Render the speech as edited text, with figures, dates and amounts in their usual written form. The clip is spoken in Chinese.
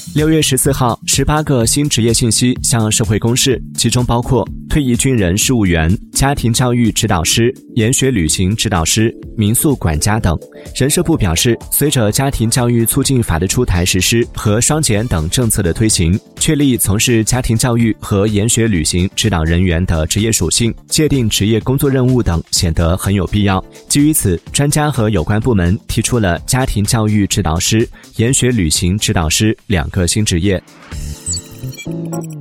6月14号，18个新职业信息向社会公示，其中包括退役军人事务员、家庭教育指导师、研学旅行指导师、民宿管家等。人社部表示，随着家庭教育促进法的出台实施和双减等政策的推行，确立从事家庭教育和研学旅行指导人员的职业属性、界定职业工作任务等显得很有必要。基于此，专家和有关部门提出了家庭教育指导师、研学旅行指导师2个新职业。